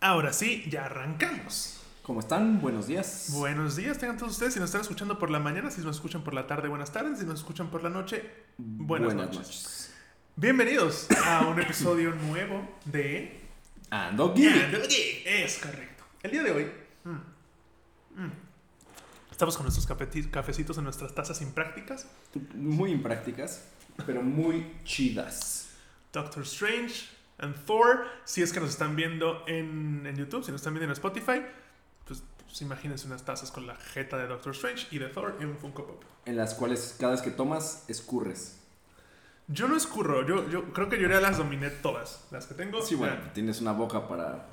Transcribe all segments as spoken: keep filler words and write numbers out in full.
Ahora sí, ya arrancamos. ¿Cómo están? Buenos días. Buenos días, tengan todos ustedes. Si nos están escuchando por la mañana, si nos escuchan por la tarde, buenas tardes. Si nos escuchan por la noche, buenas, buenas noches. noches. Bienvenidos a un episodio nuevo de Ando Geek. Ando Geek. Es correcto. El día de hoy mm, mm, estamos con nuestros cafeti- cafecitos en nuestras tazas imprácticas. Muy imprácticas, pero muy chidas. Doctor Strange and Thor. Si es que nos están viendo en, en YouTube, si nos están viendo en Spotify, pues, pues imagínense unas tazas con la jeta de Doctor Strange y de Thor en un Funko Pop. En las cuales cada vez que tomas, escurres. Yo no escurro, yo, yo creo que yo ya las dominé todas. Las que tengo. Sí, bueno, ya. tienes una boca para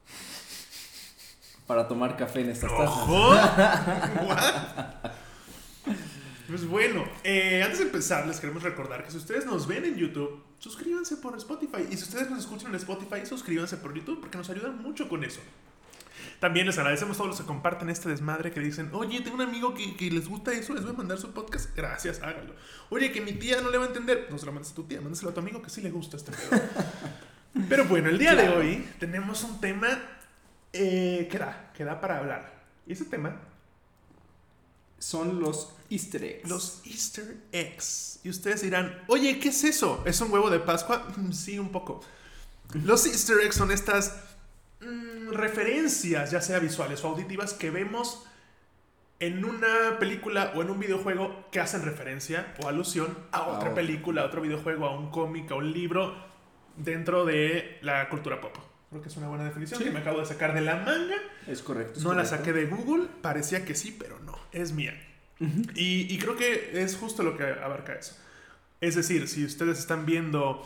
para tomar café en estas tazas. ¡Ojo! ¿What? Pues bueno, eh, antes de empezar les queremos recordar que si ustedes nos ven en YouTube, suscríbanse por Spotify. Y si ustedes nos escuchan en Spotify, suscríbanse por YouTube porque nos ayudan mucho con eso. También les agradecemos a todos los que comparten este desmadre, que dicen, oye, tengo un amigo que, que les gusta eso, les voy a mandar su podcast. Gracias, háganlo. Oye, que mi tía no le va a entender. No se lo mandes a tu tía, mándaselo a tu amigo que sí le gusta este pedo. Pero bueno, el día claro. de hoy tenemos un tema eh, que da, que da para hablar. Y ese tema son los Easter eggs. Los Easter eggs. Y ustedes dirán, oye, ¿qué es eso? ¿Es un huevo de Pascua? Sí, un poco. Los Easter eggs son estas mmm, referencias, ya sea visuales o auditivas, que vemos en una película o en un videojuego que hacen referencia o alusión a otra oh. película, a otro videojuego, a un cómic, a un libro dentro de la cultura pop. Creo que es una buena definición sí. que me acabo de sacar de la manga. Es correcto. Es no correcto. la saqué de Google, parecía que sí, pero no, es mía. Uh-huh. Y, y creo que es justo lo que abarca eso. Es decir, si ustedes están viendo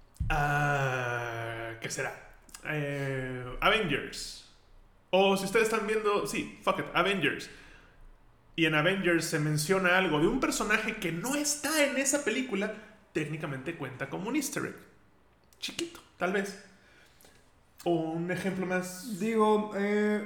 uh, ¿qué será? Eh, Avengers. O si ustedes están viendo, sí, fuck it, Avengers. Y en Avengers se menciona algo de un personaje que no está en esa película, técnicamente cuenta como un easter egg. Chiquito, tal vez. O un ejemplo más. Digo, eh,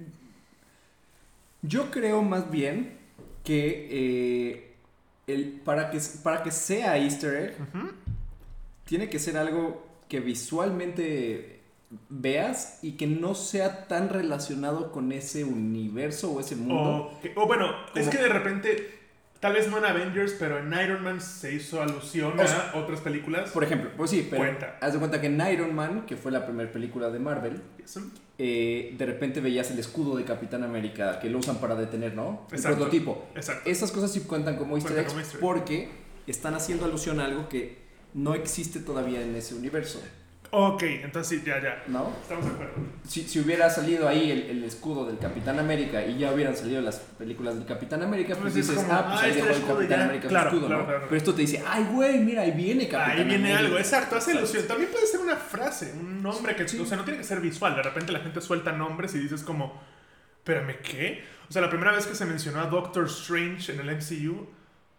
yo creo más bien que eh, el, para que para que sea easter egg uh-huh. tiene que ser algo que visualmente veas y que no sea tan relacionado con ese universo o ese mundo. O, que, o bueno, como, es que de repente, tal vez no en Avengers, pero en Iron Man se hizo alusión o sea, a otras películas. Por ejemplo, pues sí, pero cuenta. haz de cuenta que en Iron Man, que fue la primera película de Marvel, yes. eh, de repente veías el escudo de Capitán América que lo usan para detener, ¿no? El Exacto. prototipo. Exacto. Esas cosas sí cuentan como easter eggs porque están haciendo alusión a algo que no existe todavía en ese universo. Ok, entonces sí, ya, ya. ¿No? Estamos de acuerdo. Si, si hubiera salido ahí el, el escudo del Capitán América y ya hubieran salido las películas del Capitán América, pues, pues dices, como, ah, pues ah, ahí dejó el Capitán ya. América claro, su escudo, claro, ¿no? claro. Pero esto te dice, ay, güey, mira, ahí viene Capitán América. Ahí viene América. algo, exacto, hace ilusión. También puede ser una frase, un nombre que, sí. o sea, no tiene que ser visual. De repente la gente suelta nombres y dices como, espérame, ¿qué? O sea, la primera vez que se mencionó a Doctor Strange en el M C U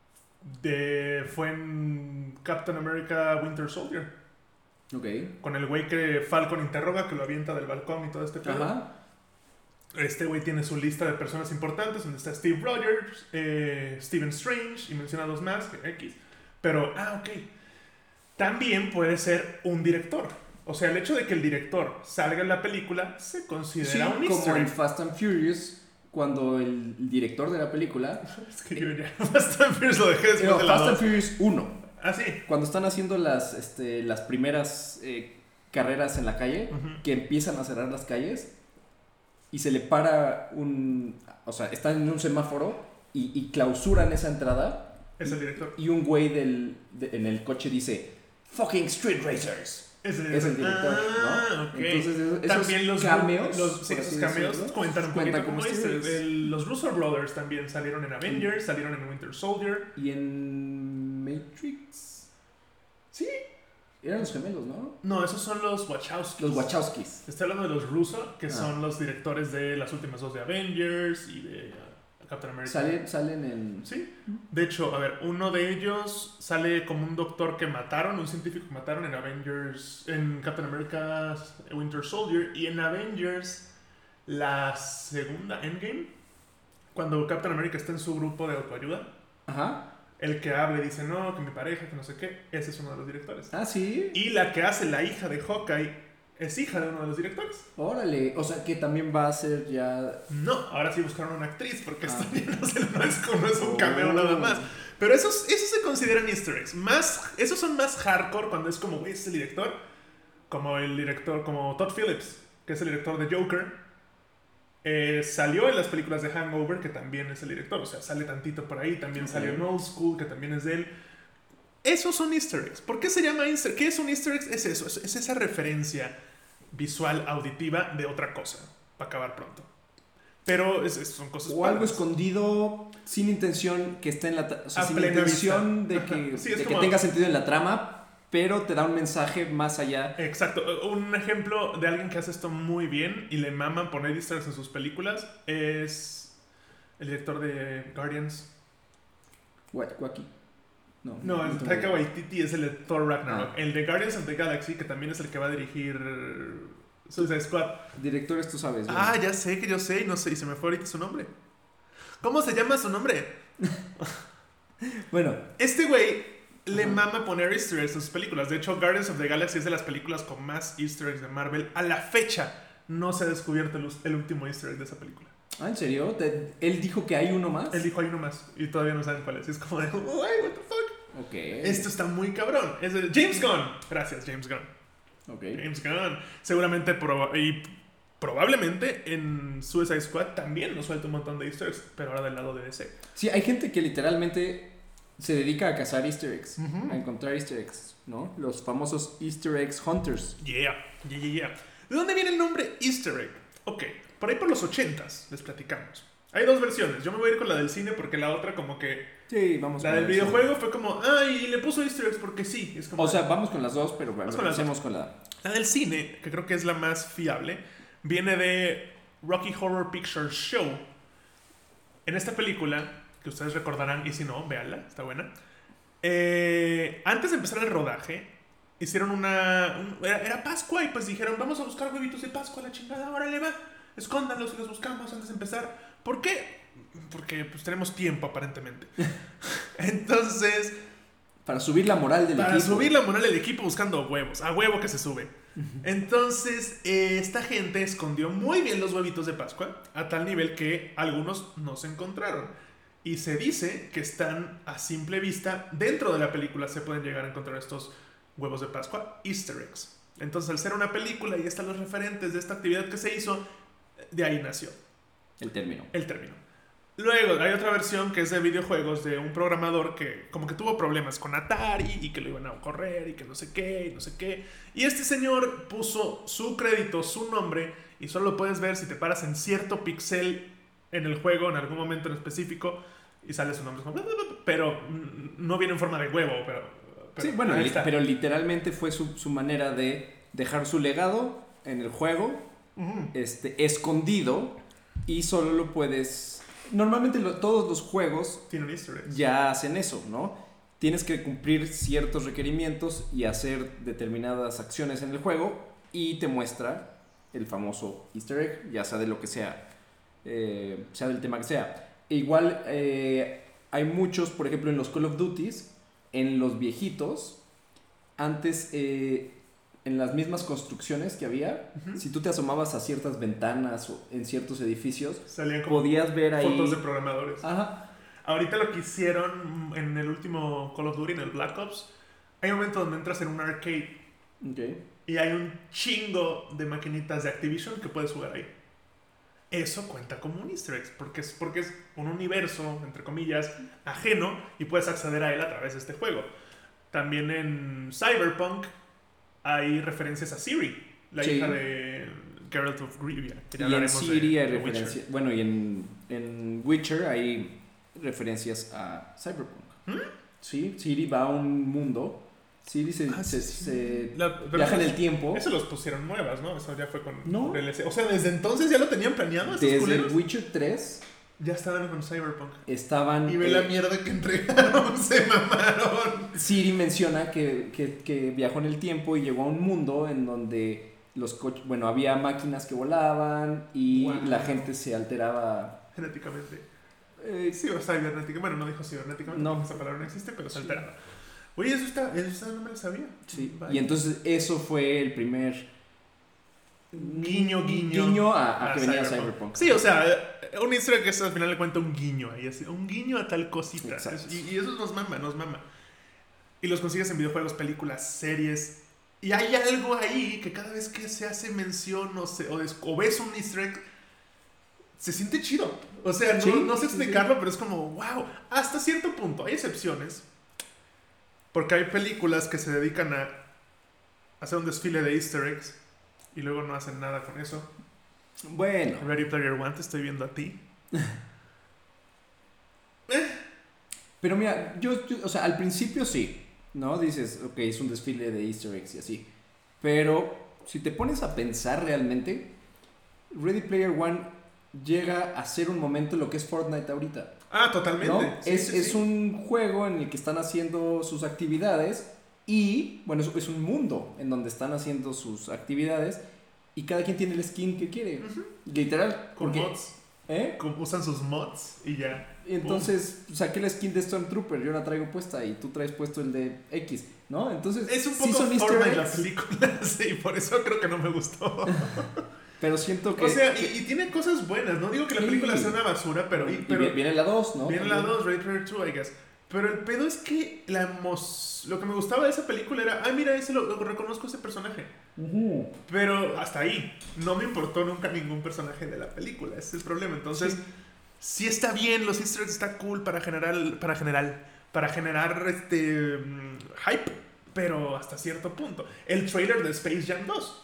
de, fue en Captain America Winter Soldier. Okay. Con el güey que Falcon interroga, que lo avienta del balcón y todo este pedo. Ajá. Este güey tiene su lista de personas importantes, donde está Steve Rogers, eh, Stephen Strange, y menciona dos más, X. Pero, ah, ok. También puede ser un director. O sea, el hecho de que el director salga en la película se considera sí, un easter egg. como en Fast and Furious, cuando el director de la película... es que yo ya Fast and Furious lo dejé después no, de la Fast dos. and Furious uno. Ah, sí. Cuando están haciendo las, este, las primeras eh, carreras en la calle, uh-huh. que empiezan a cerrar las calles y se le para un... O sea, están en un semáforo y, y clausuran esa entrada. Es el director. Y un güey del, de, en el coche dice, fucking street racers. Es el, es el director, ah, ¿no? Okay. Entonces, esos también los cameos, los, sí, esos cameos decirlo, cuentan un poquito como este. El, los Russo Brothers también salieron en Avengers, salieron en Winter Soldier. Y en Matrix. Sí. Eran los gemelos, ¿no? No, esos son los Wachowskis. Los Wachowskis. Estoy hablando de los Russo, que ah. son los directores de las últimas dos de Avengers y de uh, Captain America. Salen, salen en... Sí. De hecho, a ver, uno de ellos sale como un doctor que mataron, un científico que mataron en Avengers, en Captain America Winter Soldier, y en Avengers, la segunda, Endgame, cuando Captain America está en su grupo de autoayuda. Ajá. El que habla y dice, no, que mi pareja, que no sé qué, ese es uno de los directores. Ah, sí. Y la que hace la hija de Hawkeye es hija de uno de los directores. Órale, o sea que también va a ser ya... No, ahora sí buscaron una actriz, porque Ah. esto ya no, se- no es, como- no es un cameo Oh. nada más. Pero esos, esos se consideran easter eggs. Más, esos son más hardcore cuando es como, güey, es el director. Como el director, como Todd Phillips, que es el director de Joker. Eh, salió en las películas de Hangover, que también es el director. O sea, sale tantito por ahí. También Ok. salió en Old School, que también es de él. Esos son easter eggs. ¿Por qué se llama easter? ¿Qué es un easter egg? Es eso, es, es esa referencia visual, auditiva de otra cosa. Para acabar pronto. Pero es, es- son cosas O algo padres. escondido sin intención que esté en la... tra- O sea, A sin plena intención vista. de que, Ajá. Sí, es de que como- tenga sentido en la trama, pero te da un mensaje más allá. Exacto. Un ejemplo de alguien que hace esto muy bien y le maman poner easter eggs en sus películas es el director de Guardians. Wa- Waki. No, No, el tengo Taika idea. Waititi es el de Thor Ragnarok. Ah. El de Guardians of the Galaxy, que también es el que va a dirigir Suicide Squad. Directores, tú sabes. ¿no? Ah, ya sé que yo sé y no sé, y se me fue ahorita su nombre. ¿Cómo se llama su nombre? Bueno, Este güey le Ajá. mama poner easter eggs en sus películas. De hecho, Guardians of the Galaxy es de las películas con más easter eggs de Marvel. A la fecha no se ha descubierto el, el último easter egg de esa película. ah, ¿en serio? ¿Te- ¿Él dijo que hay uno más? Él dijo hay uno más y todavía no saben cuál es. Y es como de, "Uy, what the fuck". Ok. Esto está muy cabrón. Es de James Gunn. Gracias, James Gunn. Ok. James Gunn. Seguramente proba- y probablemente en Suicide Squad también nos suelta un montón de easter eggs, pero ahora del lado de D C. Sí, hay gente que literalmente se dedica a cazar easter eggs, Ujú. a encontrar easter eggs, ¿no? Los famosos easter eggs hunters. Yeah, yeah, yeah, yeah. ¿De dónde viene el nombre Easter egg? Ok, por ahí por los ochentas les platicamos. Hay dos versiones. Yo me voy a ir con la del cine porque la otra como que... Sí, vamos La con del eso. videojuego fue como, ay, le puso easter eggs porque sí. Es como, O sea, vamos con las dos, pero bueno, Vamos con las empecemos con la... la del cine, que creo que es la más fiable, viene de Rocky Horror Picture Show. En esta película, que ustedes recordarán, y si no, véanla, está buena. Eh, antes de empezar el rodaje, hicieron una... un- era, era Pascua y pues dijeron, vamos a buscar huevitos de Pascua, la chingada, órale va. Escóndanlos y los buscamos antes de empezar. ¿Por qué? Porque pues tenemos tiempo aparentemente. Entonces... Para subir la moral del Para equipo. subir la moral del equipo buscando huevos. A huevo que se sube. Entonces, eh, esta gente escondió muy bien los huevitos de Pascua, a tal nivel que algunos no se encontraron. Y se dice que están a simple vista, dentro de la película se pueden llegar a encontrar estos huevos de Pascua, easter eggs. Entonces, al ser una película y están los referentes de esta actividad que se hizo, de ahí nació El término. el término. Luego hay otra versión que es de videojuegos de un programador que como que tuvo problemas con Atari y que lo iban a correr y que no sé qué y no sé qué. Y este señor puso su crédito, su nombre, y solo lo puedes ver si te paras en cierto pixel en el juego en algún momento en específico y sale su nombre. Pero mm, no viene en forma de huevo, pero... pero Sí, bueno, ahí li- está. pero literalmente fue su, su manera de dejar su legado en el juego, Ujú. este, escondido, y solo lo puedes... Normalmente lo- todos los juegos Tiene un easter egg. ya hacen eso, ¿no? Tienes que cumplir ciertos requerimientos y hacer determinadas acciones en el juego y te muestra el famoso easter egg, ya sea de lo que sea, eh, sea del tema que sea. E igual eh, hay muchos, por ejemplo, en los Call of Duties, en los viejitos, antes eh, en las mismas construcciones que había, Ujú. si tú te asomabas a ciertas ventanas o en ciertos edificios, Salían como podías ver ahí... fotos de programadores. Ajá. Ahorita lo que hicieron en el último Call of Duty, en el Black Ops, hay un momento donde entras en un arcade Ok. y hay un chingo de maquinitas de Activision que puedes jugar ahí. Eso cuenta como un easter egg, porque es, porque es un universo, entre comillas, ajeno y puedes acceder a él a través de este juego. También en Cyberpunk hay referencias a Ciri, la Sí. hija de Geralt of Rivia. Que ya Y en hablaremos de- Ciri hay de Witcher. referencias. Bueno, y en, en Witcher hay referencias a Cyberpunk. ¿Mm? Sí, Ciri va a un mundo. Ciri se, Ah, se- sí, sí. se La- pero viaja en eso- el tiempo. Eso los pusieron nuevas, ¿no? Eso ya fue con No. D L C. O sea, desde entonces ya lo tenían planeado esos Desde el culeros. Witcher tres Ya estaban con Cyberpunk. estaban. Y ve eh, la mierda que entregaron, se mamaron. Ciri menciona que, que, que viajó en el tiempo y llegó a un mundo en donde los coches. Bueno, había máquinas que volaban y Wow. la gente se alteraba. Genéticamente. eh, Sí, o cibernéticamente. Bueno, no dijo cibernéticamente, No. porque esa palabra no existe, pero se Sí. alteraba. Oye, eso está, eso está, no me lo sabía. Sí, Vaya. y entonces eso fue el primer guiño, guiño. Guiño a, a a que venía Cyberpunk. Cyberpunk. Sí, o sea, un easter egg es al final le cuenta un guiño ahí, así, un guiño a tal cosita. Exacto. Es- y, y eso nos mama, nos mama. Y los consigues en videojuegos, películas, series. Y hay algo ahí que cada vez que se hace mención o, se, o, des- o ves un easter egg, se siente chido. O sea, no, Sí, no sé sí, explicarlo, pero es como, wow. Hasta cierto punto, hay excepciones. Porque hay películas que se dedican a hacer un desfile de easter eggs y luego no hacen nada con eso. Bueno. Ready Player One, te estoy viendo a ti. Pero mira, yo, yo, o sea, al principio sí, ¿no? Dices, ok, es un desfile de easter eggs y así. Pero si te pones a pensar realmente, Ready Player One llega a ser un momento lo que es Fortnite ahorita. Ah, totalmente. ¿No? Sí, es sí, es sí. un juego en el que están haciendo sus actividades y, bueno, es, es un mundo en donde están haciendo sus actividades y cada quien tiene el skin que quiere. Ujú. Literal. Con porque- mods. ¿Eh? Con- usan sus mods y ya. Y entonces saqué la skin de Stormtrooper, yo la traigo puesta y tú traes puesto el de X, ¿no? Entonces, Es un sí poco son easter Fortnite la eggs, película, sí, por eso creo que no me gustó. pero siento que... O sea, y, y tiene cosas buenas, no digo que la Sí. película sea una basura, pero... y pero vi- viene la dos, ¿no? viene la También. dos, Ready Player dos, I guess. Pero el pedo es que la emos- lo que me gustaba de esa película era, ah, mira, ese lo, lo reconozco ese personaje. Ujú. Pero hasta ahí, no me importó nunca ningún personaje de la película, ese es el problema. Entonces, Sí. sí, está bien, los easter eggs está cool para generar, para generar, para generar este mm, hype, pero hasta cierto punto. El trailer de Space Jam dos.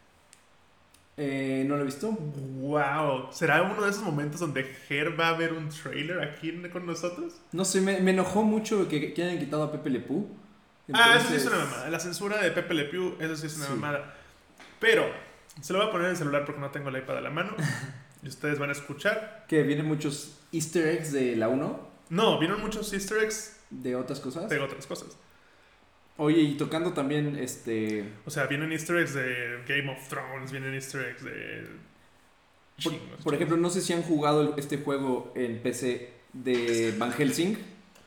Eh, ¿No lo he visto? Wow, ¿será uno de esos momentos donde Ger va a ver un trailer aquí en- con nosotros? No sé, me, me enojó mucho que, que hayan quitado a Pepe Le Pew. Ah, eso sí es Entonces, una mamada. La censura de Pepe Le Pew, eso sí es una Sí. mamada. Pero, se lo voy a poner en el celular porque no tengo el iPad a la mano. Y ustedes van a escuchar. Que vienen muchos easter eggs de la uno, No, vieron muchos easter eggs de otras cosas. de otras cosas. Oye, y tocando también, este... O sea, vienen easter eggs de Game of Thrones, vienen easter eggs de... Por, chingos, por ejemplo, no sé si han jugado el- este juego en P C de Van Helsing.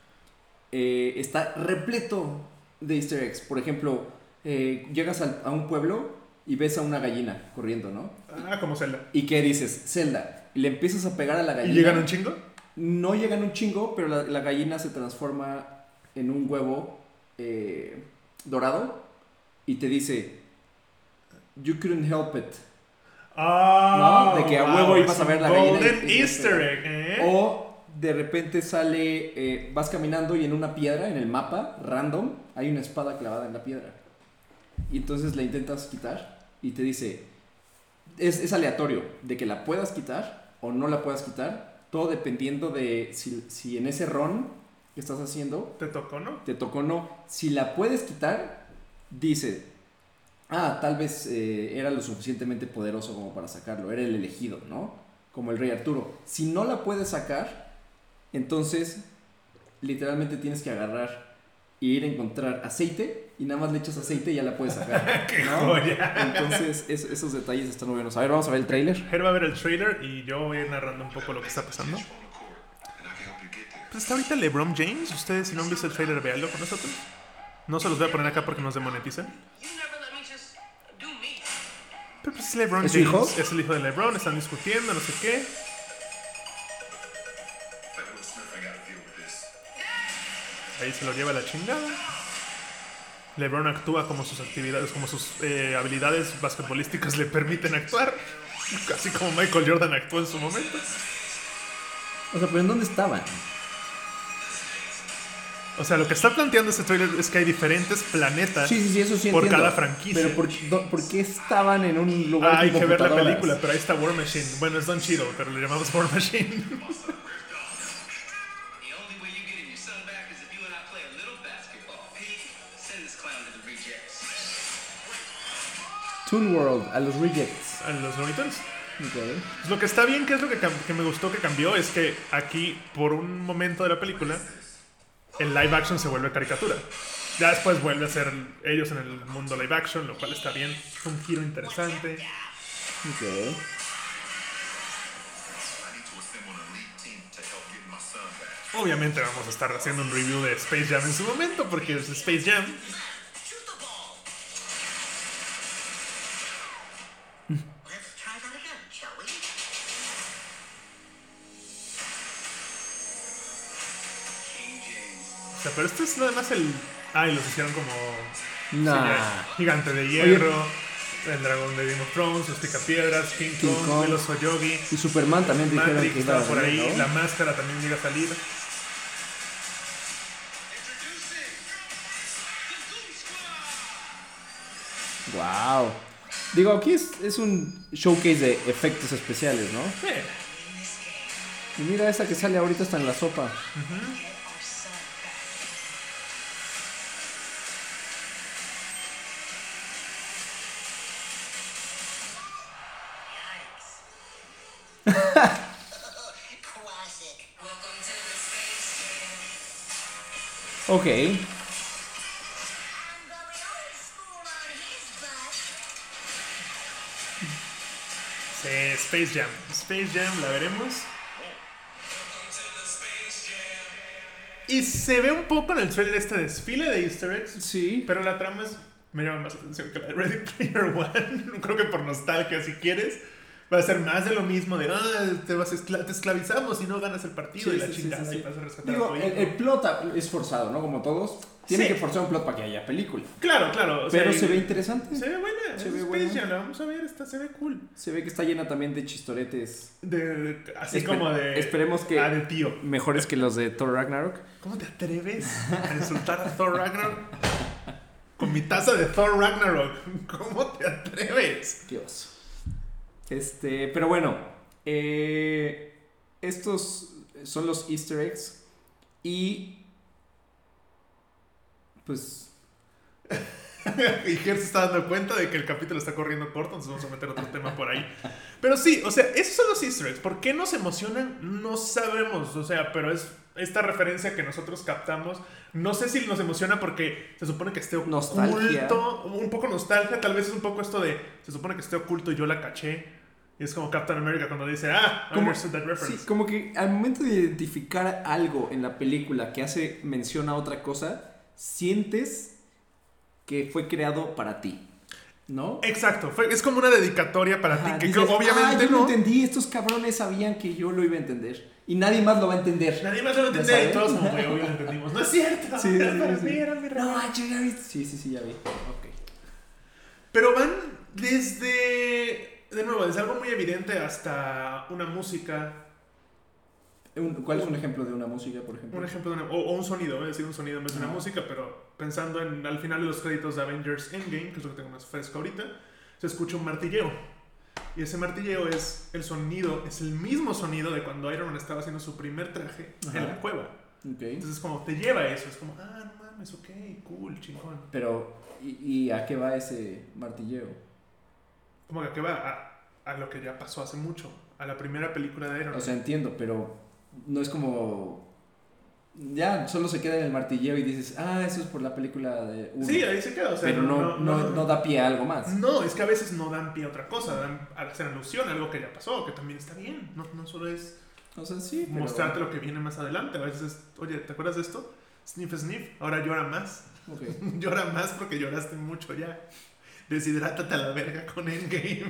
Eh, está repleto de easter eggs. Por ejemplo, eh, llegas al- a un pueblo y ves a una gallina corriendo, ¿no? Ah, como Zelda. ¿Y qué dices? Zelda. Y le empiezas a pegar a la ¿Y gallina. llegan un chingo? No llegan un chingo, pero la, la gallina se transforma en un huevo eh, dorado y te dice, you couldn't help it. Ah, ¿No? De que a wow, huevo ibas es a ver un la gallina y- Golden y- y- Easter egg, ¿eh? O de repente sale, eh, vas caminando y en una piedra, en el mapa, random, hay una espada clavada en la piedra. Y entonces la intentas quitar y te dice, es, es aleatorio, de que la puedas quitar o no la puedas quitar, todo dependiendo de si, si en ese run que estás haciendo Te tocó, ¿no? te tocó o no. Si la puedes quitar, dice, ah, tal vez eh, era lo suficientemente poderoso como para sacarlo, era el elegido, ¿no? Como el rey Arturo. Si no la puedes sacar, entonces literalmente tienes que agarrar e ir a encontrar aceite y nada más le echas aceite y ya la puedes sacar. ¡Qué ¿no? joya! Entonces es- esos detalles están muy buenos. A ver, vamos a ver el tráiler. Ger va a ver el trailer y yo voy a ir narrando un poco lo que está pasando. Pues está ahorita LeBron James. Ustedes, si no han visto el trailer, véanlo con nosotros. No se los voy a poner acá porque nos demonetizan. Pero pues es LeBron ¿Es su James. hijo? Es el hijo de LeBron. Están discutiendo, no sé qué. Ahí se lo lleva la chingada. LeBron actúa como sus actividades, como sus eh, habilidades basquetbolísticas le permiten actuar. Casi como Michael Jordan actuó en su momento. O sea, pero ¿en dónde estaban? O sea, lo que está planteando este trailer es que hay diferentes planetas. Sí, sí, sí, eso sí Por entiendo. cada franquicia. Pero ¿por, do- ¿por qué estaban en un lugar Ah, hay con que ver la computadoras? película, pero ahí está War Machine. Bueno, es Don Cheadle, pero le llamamos War Machine. Toon World, a los Rejects. A los Looney Tunes. Okay. Pues lo que está bien, que es lo que, cam- que me gustó que cambió, es que aquí, por un momento de la película, el live action se vuelve caricatura. Ya después vuelve a ser ellos en el mundo live action, lo cual está bien. Es un giro interesante. Okay. Obviamente vamos a estar haciendo un review de Space Jam en su momento, porque es Space Jam. O sea, pero esto es nada más el... Ay, los hicieron como... Nah. Sí, ya, Gigante de Hierro, Oye. El dragón de Game of Thrones, los Picapiedras, King, King Kong, Kong. El oso Yogi. Y Superman también dijeron Matrix que estaba iba por ahí, ¿no? La Máscara también llega a salir. Wow. Digo, aquí es, es un showcase de efectos especiales, ¿no? Sí. Y mira, esa que sale ahorita está en la sopa. Uh-huh. Ok. Sí, Space Jam. Space Jam, la veremos. Y se ve un poco en el trailer este desfile de Easter eggs. Sí. Pero la trama es, me llama más atención que la de Ready Player One. Creo que por nostalgia, si quieres. Va a ser más de lo mismo de, ah, te, vas a escla- te esclavizamos y no ganas el partido Sí, y la sí, sí, chingada sí, sí. y vas a rescatar Digo, a tu hijo. el, el plot es forzado, ¿no? Como todos. Tiene Sí. que forzar un plot para que haya película. Claro, claro. o Pero sea, se y- ve interesante. Se ve buena. Se Se ve ve buena. Space Jam, la vamos a ver, esta se ve cool. Se ve que está llena también de chistoretes. De, así Espe- como de... Esperemos que Ah, de tío. mejores que los de Thor Ragnarok. ¿Cómo te atreves a insultar a Thor Ragnarok? Con mi taza de Thor Ragnarok. ¿Cómo te atreves? Dios. Este, pero bueno, eh, estos son los Easter eggs y pues Y Ger se está dando cuenta de que el capítulo está corriendo corto, entonces vamos a meter otro tema por ahí. Pero sí, o sea, esos son los Easter eggs. ¿Por qué nos emocionan? No sabemos, o sea, pero es esta referencia que nosotros captamos. No sé si nos emociona porque se supone que esté oculto. Nostalgia. Un poco nostalgia, tal vez es un poco esto de, se supone que esté oculto y yo la caché. Y es como Captain America cuando dice, ah, I como, understood that reference. sí, como que al momento de identificar algo en la película que hace mención a otra cosa, sientes que fue creado para ti, ¿no? Exacto, fue, es como una dedicatoria para Ajá, ti, que dices, creo, obviamente ah, yo no. lo entendí, estos cabrones sabían que yo lo iba a entender. Y nadie más lo va a entender. Nadie más lo va a ¿Ya entender y sabes? todos como, güey, obvio lo entendimos. No es cierto, Sí, era sí, para sí. mí, era mi regalo. No, yo ya vi. Sí, sí, sí, ya vi. Ok. Pero van desde, de nuevo, desde algo muy evidente hasta una música. Un- ¿Cuál es un ejemplo de una música, por ejemplo? Un ejemplo de una, o, o un sonido, voy a decir un sonido en vez de una Ajá. música, pero pensando en al final de los créditos de Avengers Endgame, que es lo que tengo más fresco ahorita, se escucha un martilleo. Y ese martilleo es el sonido, es el mismo sonido de cuando Iron Man estaba haciendo su primer traje Ajá. en la cueva. Ok. Entonces como te lleva a eso, es como, ah, no mames, ok, cool, chingón. Pero, ¿y, y a qué va ese martilleo? Como que aquí va a, a lo que ya pasó hace mucho, a la primera película de Iron Man. O sea, entiendo, pero no es como... Ya, solo se queda en el martilleo y dices, ah, eso es por la película de... uno. Sí, ahí se queda, o sea, pero no, no, no da pie a algo más. No, es que a veces no dan pie a otra cosa, dan a hacer alusión a algo que ya pasó, que también está bien. No, no solo es O sea, sí, pero... mostrarte lo que viene más adelante. A veces es, oye, ¿te acuerdas de esto? Sniff, sniff. Ahora llora más. Ok. Llora más porque lloraste mucho ya. Deshidrátate a la verga con Endgame.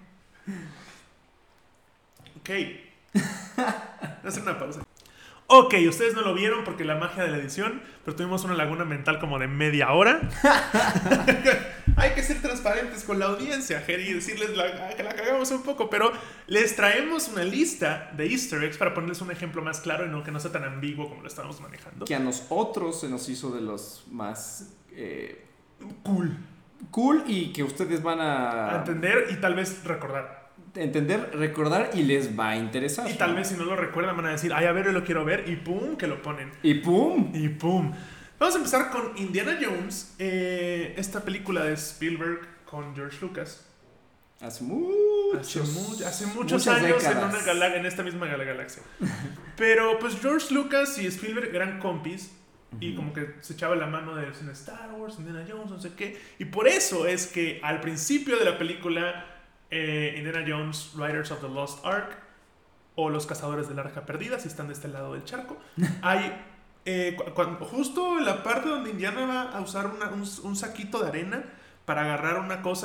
Ok. Voy a hacer una pausa. Ok, ustedes no lo vieron porque la magia de la edición, pero tuvimos una laguna mental como de media hora. Hay que ser transparentes con la audiencia, Jerry, y decirles la- que la cagamos un poco, pero les traemos una lista de Easter eggs para ponerles un ejemplo más claro y no que no sea tan ambiguo como lo estábamos manejando. Que a nosotros se nos hizo de los más... eh, Cool. cool y que ustedes van A a... entender y tal vez recordar. entender, recordar y les va a interesar. Y tal vez si no lo recuerdan van a decir, ay, a ver, yo lo quiero ver, y pum, que lo ponen. Y ¡pum! Y pum. Vamos a empezar con Indiana Jones, eh, esta película de Spielberg con George Lucas. Hace muchos, Hace, mu- hace muchos muchas años en, décadas. una gala- en esta misma gal- galaxia. Pero pues George Lucas y Spielberg eran compis. Y como que se echaba la mano de en Star Wars, Indiana Jones, no sé qué. Y por eso es que al principio de la película eh, Indiana Jones, Riders of the Lost Ark, o Los Cazadores del Arca Perdida, si están de este lado del charco, hay eh, cu- cuando, justo en la parte donde Indiana va a usar una- un, un saquito de arena para agarrar una cosa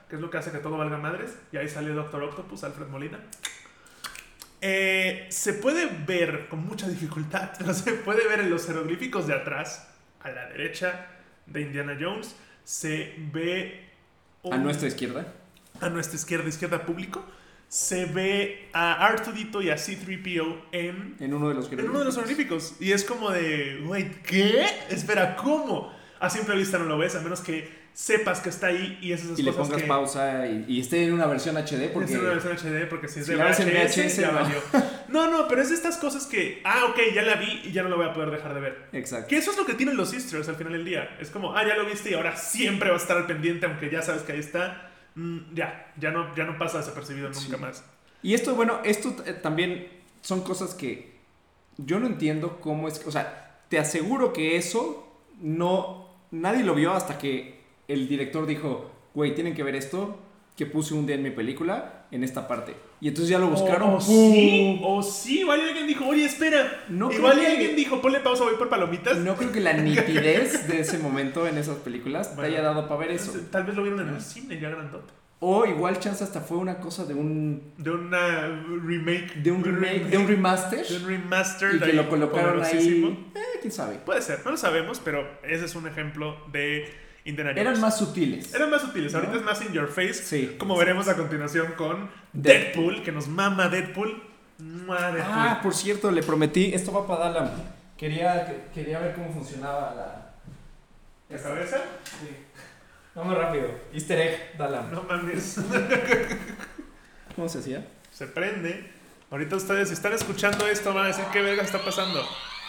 que es lo que hace que todo valga madres. Y ahí sale Doctor Octopus, Alfred Molina. Eh, se puede ver con mucha dificultad, pero se puede ver en los jeroglíficos de atrás, a la derecha de Indiana Jones, se ve... Un, a nuestra izquierda. A nuestra izquierda, izquierda público. Se ve a R dos D dos y a C tres P O en... En uno de los jeroglíficos. En uno de los jeroglíficos. Y es como de... Wait, ¿qué? Espera, ¿cómo? A simple vista no lo ves, a menos que sepas que está ahí y esas y cosas le pongas que... pausa y, y esté en una versión H D porque... Esté en una versión H D porque si es si de V H S, V H S ya no. valió. No, no, pero es de estas cosas que... Ah, ok, ya la vi y ya no la voy a poder dejar de ver. Exacto. Que eso es lo que tienen los easter eggs al final del día. Es como, ah, ya lo viste y ahora siempre va a estar al pendiente aunque ya sabes que ahí está. Mm, ya, ya no, ya no pasa desapercibido nunca sí. más. Y esto, bueno, esto eh, también son cosas que yo no entiendo cómo es... O sea, te aseguro que eso no... Nadie lo vio hasta que el director dijo, güey, tienen que ver esto que puse un día en mi película en esta parte. Y entonces ya lo buscaron. O, o sí, o sí, igual alguien dijo, oye, espera. No igual que, alguien dijo, ponle pausa, voy por palomitas. No creo que la nitidez de ese momento en esas películas bueno, te haya dado para ver eso. Tal vez lo vieron en el cine ya grandote. O igual chance hasta fue una cosa de un... De una remake. De un remake, remake de un remaster. De un remaster. Y que lo colocaron ahí. Eh, quién sabe. Puede ser, no lo sabemos, pero ese es un ejemplo de Indiana Jones. Eran más sutiles. Eran más sutiles, ¿no? Ahorita es más in your face. Sí. Como veremos a continuación con Deadpool, Deadpool que nos mama Deadpool. Deadpool. Ah, por cierto, le prometí, esto va para Dalam. Quería, quería ver cómo funcionaba la... ¿La cabeza? Sí. Vamos rápido. Easter egg, Dalam. No mames. ¿Cómo se hacía? Se prende. Ahorita ustedes, si están escuchando esto, van a decir qué verga está pasando.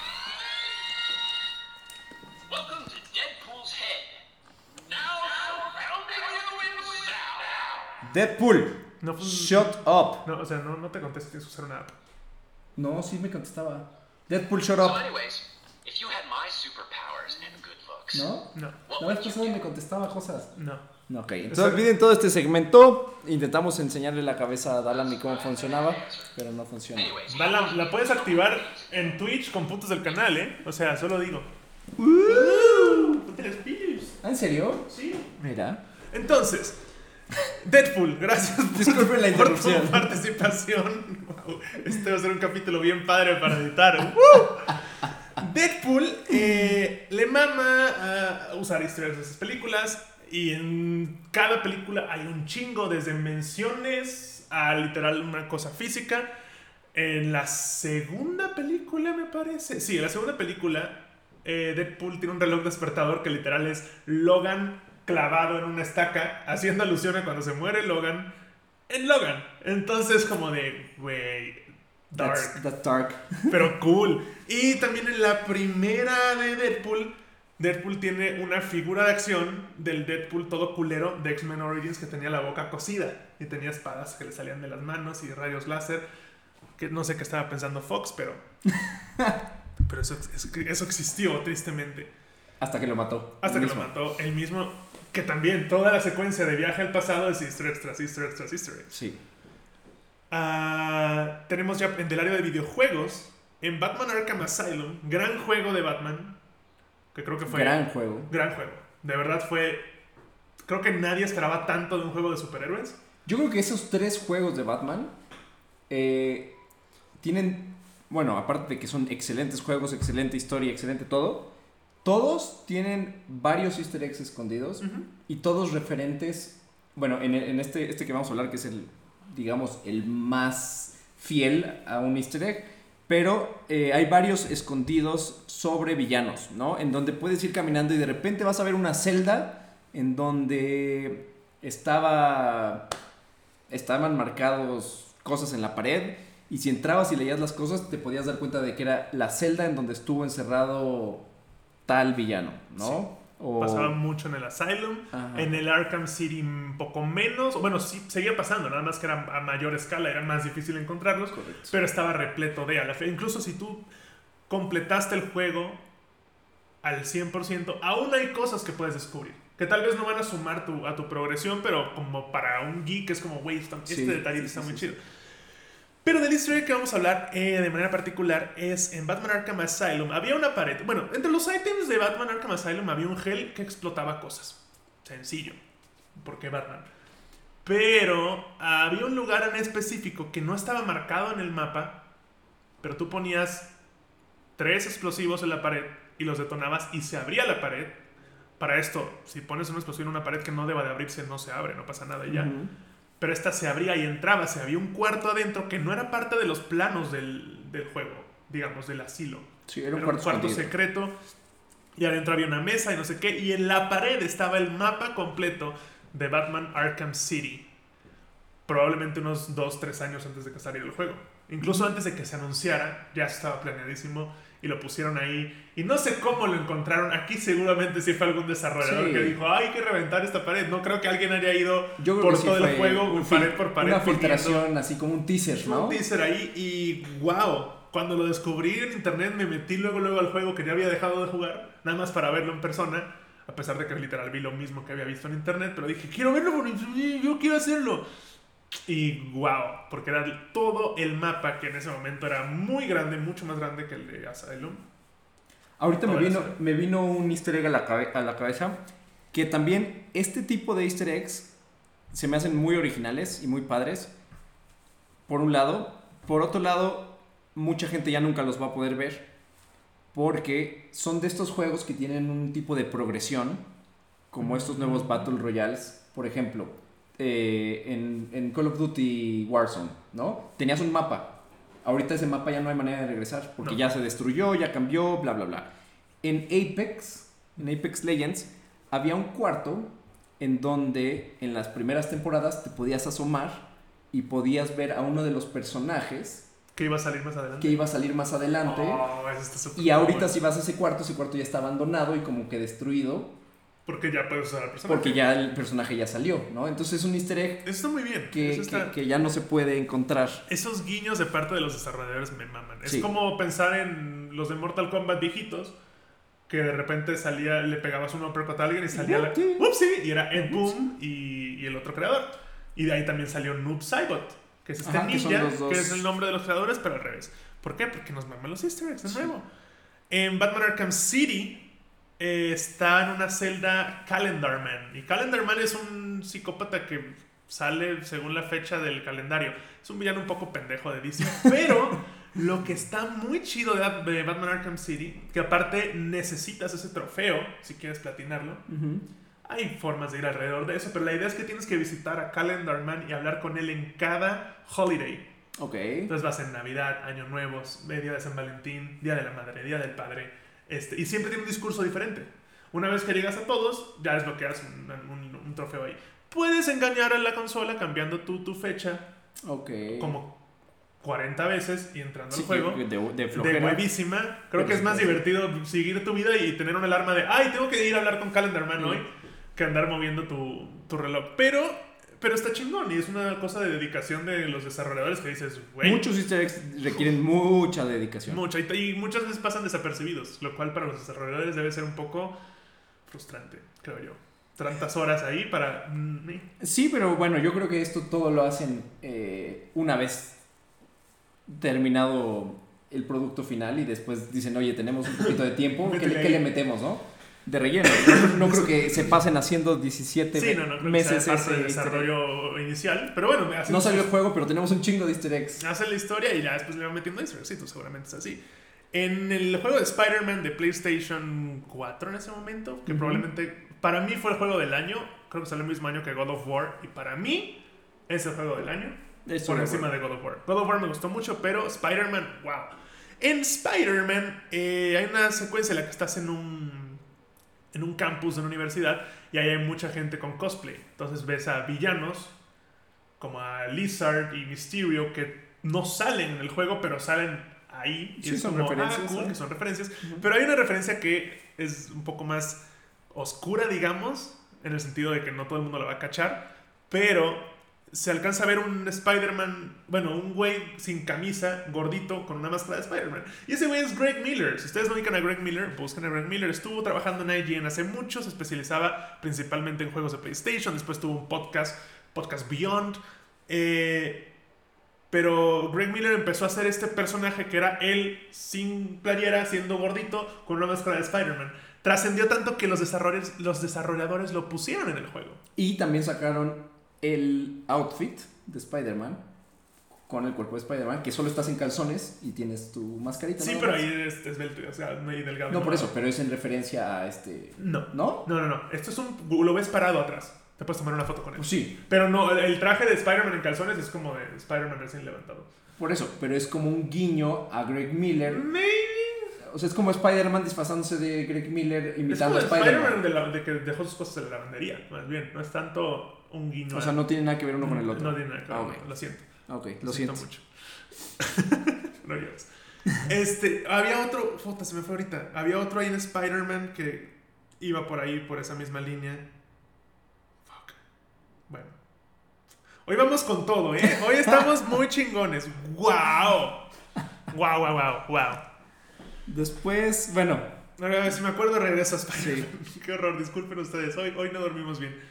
Deadpool. No, pues, shut up. No, o sea, no, no te contestes, tienes que usar una app. No, sí me contestaba. Deadpool, shut up. So anyways, if you had my superpowers and good looks, ¿No? No. La vez pasada me contestaba cosas. No. No, ok. Entonces olviden todo este segmento. Intentamos enseñarle la cabeza a Dalam y cómo funcionaba, pero no funciona. Dalam, la puedes activar en Twitch con puntos del canal, ¿eh? O sea, solo digo. Uh, ¿Ah, en serio? Sí. Mira. Entonces, Deadpool, gracias por, Disculpen la interrupción. por tu participación. Wow, este va a ser un capítulo bien padre para editar. ¡Woo! Deadpool eh, le mama a usar easter eggs de sus películas. Y en cada película hay un chingo, desde menciones a literal una cosa física. En la segunda película, me parece. Sí, en la segunda película, eh, Deadpool tiene un reloj despertador que literal es Logan clavado en una estaca, haciendo alusión a cuando se muere Logan en Logan. Entonces, como de, güey, dark. That's, that's dark. Pero cool. Y también en la primera de Deadpool, Deadpool tiene una figura de acción del Deadpool todo culero de X-Men Origins que tenía la boca cosida y tenía espadas que le salían de las manos y rayos láser. Que no sé qué estaba pensando Fox, pero. pero eso, eso existió, tristemente. Hasta que lo mató. Hasta que mismo. lo mató el mismo. Que también toda la secuencia de viaje al pasado es easter eggs tras easter eggs tras easter eggs. Sí. Uh, tenemos ya en el área de videojuegos. En Batman Arkham Asylum, gran juego de Batman. Que creo que fue. Gran juego. Gran juego. De verdad fue. Creo que nadie esperaba tanto de un juego de superhéroes. Yo creo que esos tres juegos de Batman eh, tienen. Bueno, aparte de que son excelentes juegos, excelente historia, excelente todo. Todos tienen varios easter eggs escondidos. Uh-huh. Y todos referentes. Bueno, en, en este, este que vamos a hablar, que es el, digamos, el más fiel a un easter egg. Pero eh, hay varios escondidos sobre villanos, ¿no? En donde puedes ir caminando y de repente vas a ver una celda en donde estaba, estaban marcados cosas en la pared. Y si entrabas y leías las cosas, te podías dar cuenta de que era la celda en donde estuvo encerrado tal villano, ¿no? Sí. O... Pasaba mucho en el Asylum. Ajá. En el Arkham City un poco menos. Bueno, sí, seguía pasando, nada más que era a mayor escala, era más difícil encontrarlos. Correcto. Pero estaba repleto de a la fe. Incluso si tú completaste el juego al cien por ciento, aún hay cosas que puedes descubrir. Que tal vez no van a sumar tu, a tu progresión, pero como para un geek es como, güey, este sí, detallito sí, está sí, muy sí. chido. Pero del easter egg que vamos a hablar eh, de manera particular es en Batman Arkham Asylum. Había una pared. Bueno, entre los ítems de Batman Arkham Asylum había un gel que explotaba cosas. Sencillo. ¿Por qué Batman? Pero había un lugar en específico que no estaba marcado en el mapa, pero tú ponías tres explosivos en la pared y los detonabas y se abría la pared. Para esto, si pones un explosivo en una pared que no deba de abrirse, no se abre, no pasa nada y ya. Uh-huh. Pero esta se abría y entraba, se había un cuarto adentro que no era parte de los planos del, del juego, digamos, del asilo. Sí, era un era cuarto, un cuarto secreto y adentro había una mesa y no sé qué. Y en la pared estaba el mapa completo de Batman Arkham City. Probablemente unos dos, tres años antes de que saliera el juego. Incluso antes de que se anunciara, ya estaba planeadísimo y lo pusieron ahí. Y no sé cómo lo encontraron. Aquí seguramente sí fue algún desarrollador sí. que dijo, "Ay, hay que reventar esta pared". No creo que alguien haya ido por todo sí el juego, un pared por pared. Una filtración, así como un teaser, ¿no? Un teaser ahí y wow. Cuando lo descubrí en internet me metí luego, luego al juego que ya había dejado de jugar. Nada más para verlo en persona. A pesar de que literal vi lo mismo que había visto en internet. Pero dije, quiero verlo, yo quiero hacerlo. Y wow, porque era todo el mapa que en ese momento era muy grande, mucho más grande que el de Asylum. Ahorita me vino, me vino un easter egg a la, cabe- a la cabeza, que también este tipo de easter eggs se me hacen muy originales y muy padres, por un lado. Por otro lado, mucha gente ya nunca los va a poder ver, porque son de estos juegos que tienen un tipo de progresión, como estos nuevos Battle Royales, por ejemplo. Eh, en, en Call of Duty Warzone, ¿no? Tenías un mapa. Ahorita ese mapa ya no hay manera de regresar porque no. ya se destruyó, ya cambió, bla, bla, bla. En Apex, en Apex Legends, había un cuarto en donde en las primeras temporadas te podías asomar y podías ver a uno de los personajes que iba a salir más adelante. Que iba a salir más adelante. Oh, eso está súper y ahorita bueno. Si vas a ese cuarto, ese cuarto ya está abandonado y como que destruido. Porque ya puedes usar al personaje. Porque ya el personaje ya salió, ¿no? Entonces es un easter egg. Eso está muy bien. Que, Eso está... que, que ya no se puede encontrar. Esos guiños de parte de los desarrolladores me maman. Es sí. como pensar en los de Mortal Kombat viejitos. Que de repente salía, le pegabas un uppercut a alguien y salía la... ¡Upsi! Y era Ed Boon y, y el otro creador. Y de ahí también salió Noob Saibot. Que es este Ajá, ninja, que, que es el nombre de los creadores, pero al revés. ¿Por qué? Porque nos maman los easter eggs de nuevo. Sí. En Batman Arkham City... Eh, está en una celda Calendar Man. Y Calendar Man es un psicópata que sale según la fecha del calendario. Es un villano un poco pendejo de D C. Pero lo que está muy chido de, de Batman Arkham City, que aparte necesitas ese trofeo si quieres platinarlo. Uh-huh. Hay formas de ir alrededor de eso, pero la idea es que tienes que visitar a Calendar Man y hablar con él en cada holiday. Okay. Entonces vas en Navidad, Año Nuevo, Día de San Valentín, Día de la Madre, Día del Padre. Este, y siempre tiene un discurso diferente. Una vez que llegas a todos, ya desbloqueas un, un, un trofeo ahí. Puedes engañar a la consola cambiando tu, tu fecha okay. como cuarenta veces y entrando sí, al juego. De, de, de huevísima. Creo Pero que es más divertido seguir tu vida y tener una alarma de ay, tengo que ir a hablar con Calendar Man hoy, que andar moviendo tu, tu reloj. Pero... Pero está chingón y es una cosa de dedicación de los desarrolladores que dices, güey. Muchos easter eggs requieren mucha dedicación. Mucha, y, y muchas veces pasan desapercibidos, lo cual para los desarrolladores debe ser un poco frustrante, creo yo. Tantas horas ahí para... Sí, pero bueno, yo creo que esto todo lo hacen eh, una vez terminado el producto final y después dicen, oye, tenemos un poquito de tiempo, ¿qué, ¿qué le metemos, no? De relleno. No, no creo que se pasen haciendo diecisiete sí, no, no, creo meses que sea parte del desarrollo inicial. Pero bueno, no salió el juego, pero tenemos un chingo de easter eggs. Hacen la historia y ya después le van metiendo easter eggs. Sí, tú seguramente es así. En el juego de Spider-Man de PlayStation cuatro en ese momento, que uh-huh. probablemente para mí fue el juego del año, creo que salió el mismo año que God of War, y para mí es el juego del año es por encima de God of War. God of War me gustó mucho, pero Spider-Man, wow. En Spider-Man eh, hay una secuencia en la que estás en un... en un campus de una universidad y ahí hay mucha gente con cosplay. Entonces ves a villanos como a Lizard y Mysterio que no salen en el juego, pero salen ahí. Y sí, es son como, referencias. Ah, cool, ¿eh? que son referencias. Uh-huh. Pero hay una referencia que es un poco más oscura, digamos, en el sentido de que no todo el mundo la va a cachar, pero se alcanza a ver un Spider-Man, bueno, un güey sin camisa, gordito, con una máscara de Spider-Man. Y ese güey es Greg Miller. Si ustedes no ubican a Greg Miller, busquen a Greg Miller. Estuvo trabajando en I G N hace mucho, se especializaba principalmente en juegos de PlayStation. Después tuvo un podcast, Podcast Beyond. Eh, pero Greg Miller empezó a hacer este personaje que era él sin playera, siendo gordito, con una máscara de Spider-Man. Trascendió tanto que los desarrolladores, los desarrolladores lo pusieron en el juego. Y también sacaron el outfit de Spider-Man con el cuerpo de Spider-Man, que solo estás en calzones y tienes tu mascarita. Sí, nada pero más. ahí es esbelto, o sea, medio delgado. No, por eso, pero es en referencia a este... No. ¿No? No, no, no. Esto es un... Lo ves parado atrás. Te puedes tomar una foto con él. Pues sí, Pero no, el, el traje de Spider-Man en calzones es como de Spider-Man recién levantado. por eso, pero es como un guiño a Greg Miller. Maybe. O sea, es como Spider-Man disfrazándose de Greg Miller Es imitando como a de Spider-Man. Spider-Man de, la- de que dejó sus cosas en la lavandería, más bien. No es tanto un guiño. O sea, a- no tiene nada que ver uno con el otro. No tiene nada que ver. Ah, ok. Lo siento. Ok, lo siento. mucho. No llores. Este, había otro, puta, se me fue ahorita. Había otro ahí en Spider-Man que iba por ahí, por esa misma línea. Fuck. Bueno. Hoy vamos con todo, ¿eh? Hoy estamos muy chingones. ¡Wow! ¡Wow, wow, wow, wow! Después, bueno, Ahora, si me acuerdo, regreso a Spider-Man. Qué horror, disculpen ustedes. Hoy, hoy no dormimos bien.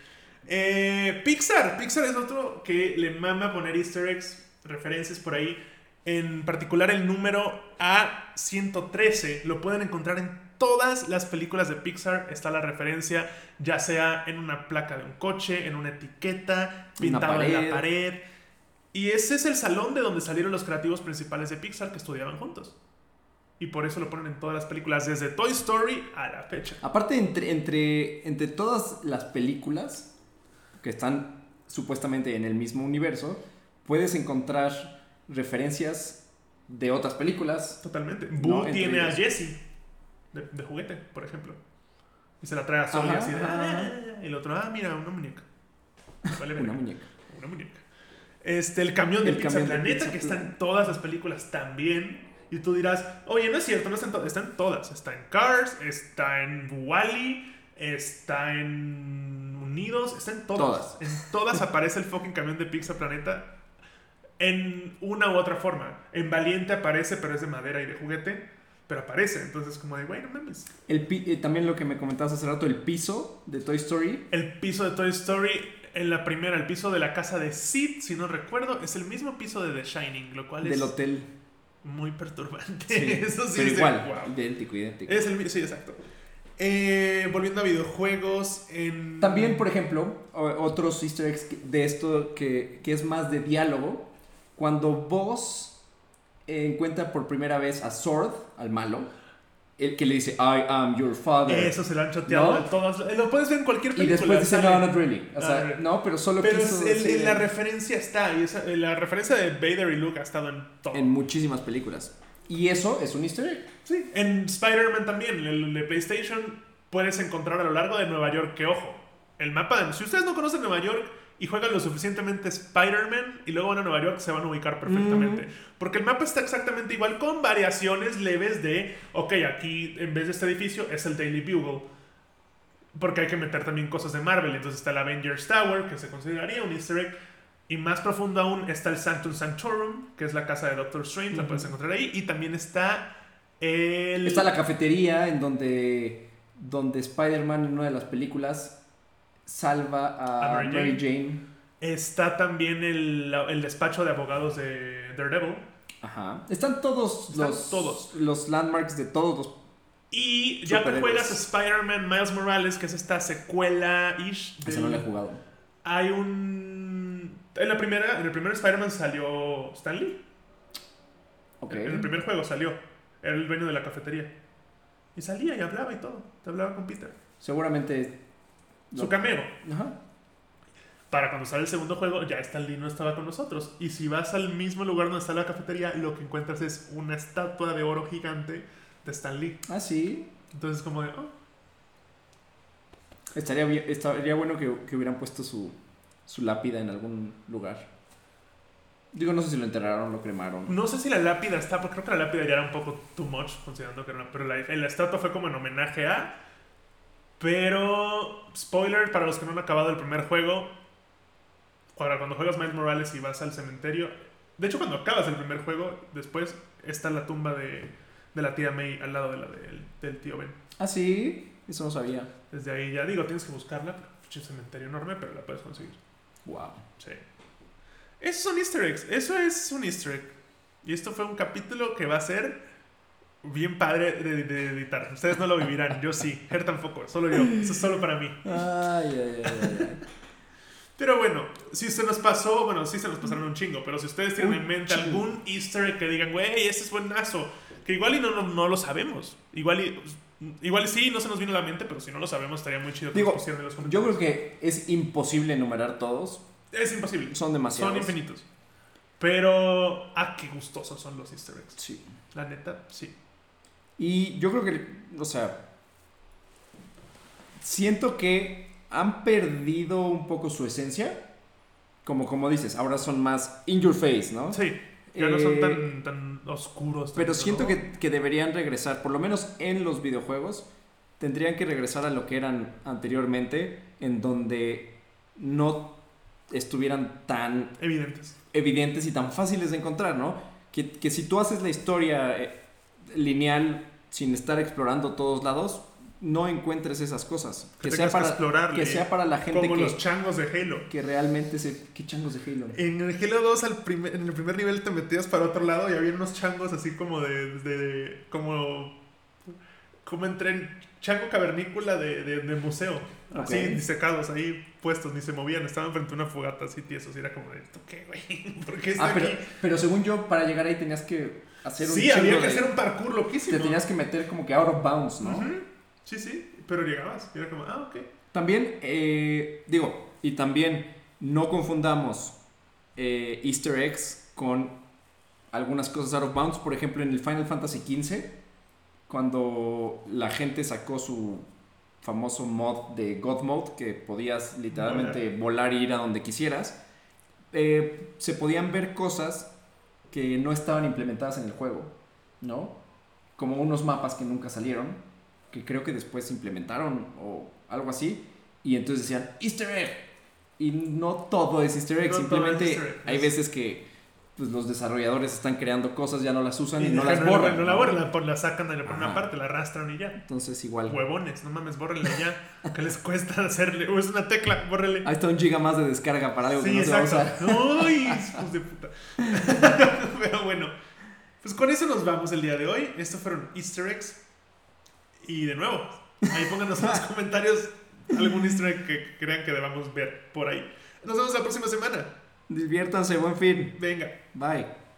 Eh, Pixar. Pixar es otro que le mama poner easter eggs, referencias por ahí. En particular el número A ciento trece. Lo pueden encontrar en todas las películas de Pixar. Está la referencia, ya sea en una placa de un coche, en una etiqueta, pintado en la pared. pared. Y ese es el salón de donde salieron los creativos principales de Pixar que estudiaban juntos. Y por eso lo ponen en todas las películas, desde Toy Story a la fecha. aparte entre, entre, entre todas las películas que están supuestamente en el mismo universo, puedes encontrar referencias de otras películas. Totalmente. No, Boo entre tiene a ellos. Jessie de, de juguete, por ejemplo. Y se la trae a Sol y Ajá, así de, ajá, "Ah", y el otro, ah, mira, una muñeca. Vale, Una verga. muñeca. Una muñeca. Este, el camión de El Pizza camión de Planeta, Pizza que está Planeta. en todas las películas también. Y tú dirás, oye, no es cierto, no está en todas. Está en todas. Está en Cars, está en Wall-E, está en Unidos, está en todas. Todas. En todas aparece el fucking camión de Pizza Planeta en una u otra forma. En Valiente aparece, pero es de madera y de juguete. Pero aparece, entonces como de, güey, no mames. El pi- eh, también lo que me comentabas hace rato, el piso de Toy Story. El piso de Toy Story, en la primera, el piso de la casa de Sid, si no recuerdo, es el mismo piso de The Shining, lo cual Del es hotel. muy perturbante. Sí, Eso sí pero es de, igual, wow. idéntico, idéntico. Es el mi- sí, exacto. Eh, volviendo a videojuegos, en... También, por ejemplo, o- otros easter eggs que- de esto que, que es más de diálogo, cuando Buzz encuentra por primera vez a Sword, al malo, el que le dice, I am your father. Eso se lo han choteado ¿No? a todos. Lo puedes ver en cualquier Y película. después dice, sale. no, not really. O sea, Ah, no, pero solo Pero quiso es el- decir- la referencia está. Y esa- la referencia de Vader y Luke ha estado en todo. en muchísimas películas. Y eso es un easter egg. Sí, en Spider-Man también, el de PlayStation, puedes encontrar a lo largo de Nueva York que, ojo, el mapa de... Si ustedes no conocen Nueva York y juegan lo suficientemente Spider-Man y luego van a Nueva York, se van a ubicar perfectamente. Porque el mapa está exactamente igual, con variaciones leves de, ok, aquí en vez de este edificio es el Daily Bugle. Porque hay que meter también cosas de Marvel. Entonces está el Avengers Tower, que se consideraría un easter egg. Y más profundo aún está el Sanctum Sanctorum, que es la casa de Doctor Strange, la Ujú. puedes encontrar ahí. Y también está el... Está la cafetería en donde, donde Spider-Man en una de las películas salva a, A Mary Mary Jane. Jane. Está también el, el despacho de abogados de Daredevil. Ajá. Están todos Están los, todos. los landmarks de todos los... Y ya que Superhéroes. juegas Spider-Man Miles Morales, que es esta secuela-ish. Ese del- no lo he jugado. Hay un... En la primera, en el primer Spider-Man salió Stan Lee. Ok. En el primer juego salió. Era el dueño de la cafetería. Y salía y hablaba y todo. Te hablaba con Peter. Seguramente... Su lo- cameo. Ajá. Para cuando sale el segundo juego, ya Stan Lee no estaba con nosotros. Y si vas al mismo lugar donde está la cafetería, lo que encuentras es una estatua de oro gigante de Stan Lee. Ah, sí. Entonces, como de, oh, Estaría, bien- estaría bueno que, que hubieran puesto su, su lápida en algún lugar. Digo, no sé si lo enterraron, lo cremaron. no sé si la lápida está, porque creo que la lápida ya era un poco too much, considerando que era una. Pero la, la estatua fue como en homenaje a. Pero, spoiler para los que no han acabado el primer juego. Ahora, cuando juegas Miles Morales y vas al cementerio. De hecho, cuando acabas el primer juego, después está la tumba de, de la tía May al lado de la del, del tío Ben. Ah, sí. Eso no sabía. Desde ahí ya digo, tienes que buscarla, pero es un cementerio enorme, pero la puedes conseguir. Wow. Sí. Esos son easter eggs, eso es un easter egg. Y esto fue un capítulo que va a ser bien padre de, de editar. Ustedes no lo vivirán, yo sí. Her tampoco, solo yo. Eso es solo para mí. Ay, ay, ay, ay, ay. Pero bueno, si se nos pasó, bueno, sí se nos pasaron un chingo, pero si ustedes tienen Un en mente chingo. algún easter egg que digan, güey, ese es buenazo, que igual y no, no, no lo sabemos. Igual y, igual y sí, no se nos vino a la mente, pero si no lo sabemos estaría muy chido que Digo, nos pusieran en los Yo comentarios. creo que es imposible enumerar todos. Es imposible. Son demasiados. Son infinitos. Pero, ah, qué gustosos son los easter eggs. Sí. La neta, sí. Y yo creo que, o sea, siento que han perdido un poco su esencia. Como, como dices, ahora son más in your face, ¿no? Sí, ya no son Eh, tan, tan oscuros. Pero tan- siento ¿no? que, que deberían regresar, por lo menos en los videojuegos, tendrían que regresar a lo que eran anteriormente, en donde no estuvieran tan Evidentes. evidentes y tan fáciles de encontrar, ¿no? Que, que si tú haces la historia eh, lineal sin estar explorando todos lados, no encuentres esas cosas. Que Que sea, tengas que para, explorarle, que sea para la gente Como que, los changos de Halo. que realmente se... ¿Qué changos de Halo? En el Halo dos, al primer, en el primer nivel te metías para otro lado y había unos changos así como de... de, de- como... Como entre chango cavernícola de, de, de museo. Así, Ok. disecados ahí, puestos, ni se movían. Estaban frente a una fogata así tiesos. Y era como, de, ¿esto qué, güey? ¿Por qué está Ah, pero, aquí? pero según yo, para llegar ahí tenías que hacer un Sí, había chingo que de- hacer un parkour loquísimo. Te tenías que meter como que out of bounds, ¿no? Ujú. Sí, sí, pero llegabas. Y era como, ah, ok. También, eh, digo, y también no confundamos eh, Easter eggs con algunas cosas out of bounds. Por ejemplo, en el Final Fantasy quince, cuando la gente sacó su famoso mod de God Mode, que podías literalmente volar, e ir a donde quisieras, eh, se podían ver cosas que no estaban implementadas en el juego, ¿no? Como unos mapas que nunca salieron, que creo que después se implementaron o algo así, y entonces decían Easter egg, y no todo es Easter egg, No todo simplemente es Easter egg, hay es- veces que pues, los desarrolladores están creando cosas, ya no las usan y, Y no dejan- las borran. No la borran, la, la sacan y la ponen Ajá. aparte, la arrastran y ya. Entonces igual. Huevones, no mames, bórrenle ya. ¿Qué les cuesta hacerle? O es una tecla, bórrenle. Ahí está un giga más de descarga para algo que Sí, no se va a exacto. usar. Uy, hijos de puta. Pero bueno, pues con eso nos vamos el día de hoy. Estos fueron Easter eggs. Y de nuevo, ahí pónganos en los comentarios algún Easter egg que crean que debamos ver por ahí. Nos vemos la próxima semana. Diviértanse, buen fin. Venga. Bye.